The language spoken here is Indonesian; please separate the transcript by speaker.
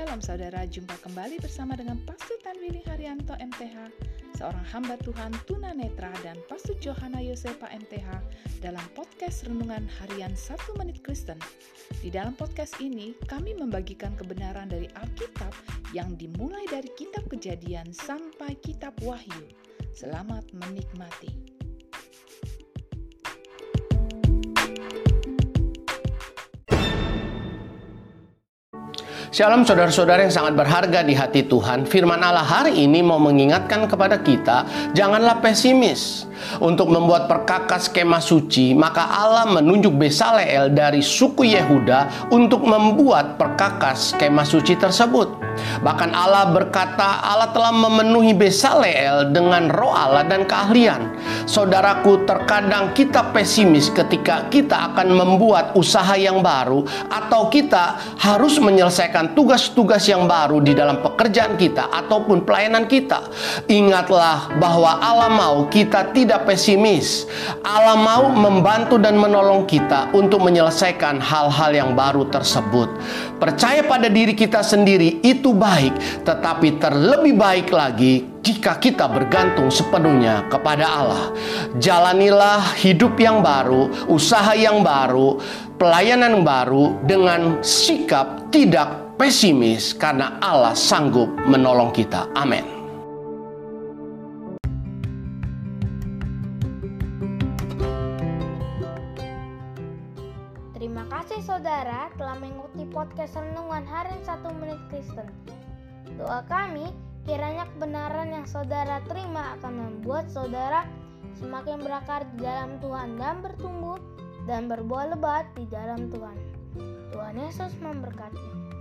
Speaker 1: Shalom saudara, jumpa kembali bersama dengan Pastor Tanwili Haryanto MTH, seorang hamba Tuhan tunanetra, dan Pastor Johana Yosepa MTH dalam podcast Renungan Harian 1 Menit Kristen. Di dalam podcast ini, kami membagikan kebenaran dari Alkitab yang dimulai dari kitab Kejadian sampai kitab Wahyu. Selamat menikmati.
Speaker 2: Shalom saudara-saudara yang sangat berharga di hati Tuhan. Firman Allah hari ini mau mengingatkan kepada kita, janganlah pesimis. Untuk membuat perkakas kemah suci, maka Allah menunjuk Besaleel dari suku Yehuda untuk membuat perkakas kemah suci tersebut. Bahkan Allah berkata, Allah telah memenuhi Besaleel dengan roh Allah dan keahlian. Saudaraku, terkadang kita pesimis ketika kita akan membuat usaha yang baru, atau kita harus menyelesaikan tugas-tugas yang baru di dalam pekerjaan kita ataupun pelayanan kita. Ingatlah bahwa Allah mau kita tidak pesimis. Allah mau membantu dan menolong kita untuk menyelesaikan hal-hal yang baru tersebut. Percaya pada diri kita sendiri itu baik, tetapi terlebih baik lagi jika kita bergantung sepenuhnya kepada Allah. Jalanilah hidup yang baru, usaha yang baru, pelayanan baru dengan sikap tidak pesimis, karena Allah sanggup menolong kita. Amin.
Speaker 3: Terima kasih saudara telah mengikuti podcast Renungan Harian 1 Menit Kristen. Doa kami, kiranya kebenaran yang saudara terima akan membuat saudara semakin berakar di dalam Tuhan dan bertumbuh dan berbuah lebat di dalam Tuhan. Tuhan Yesus memberkati.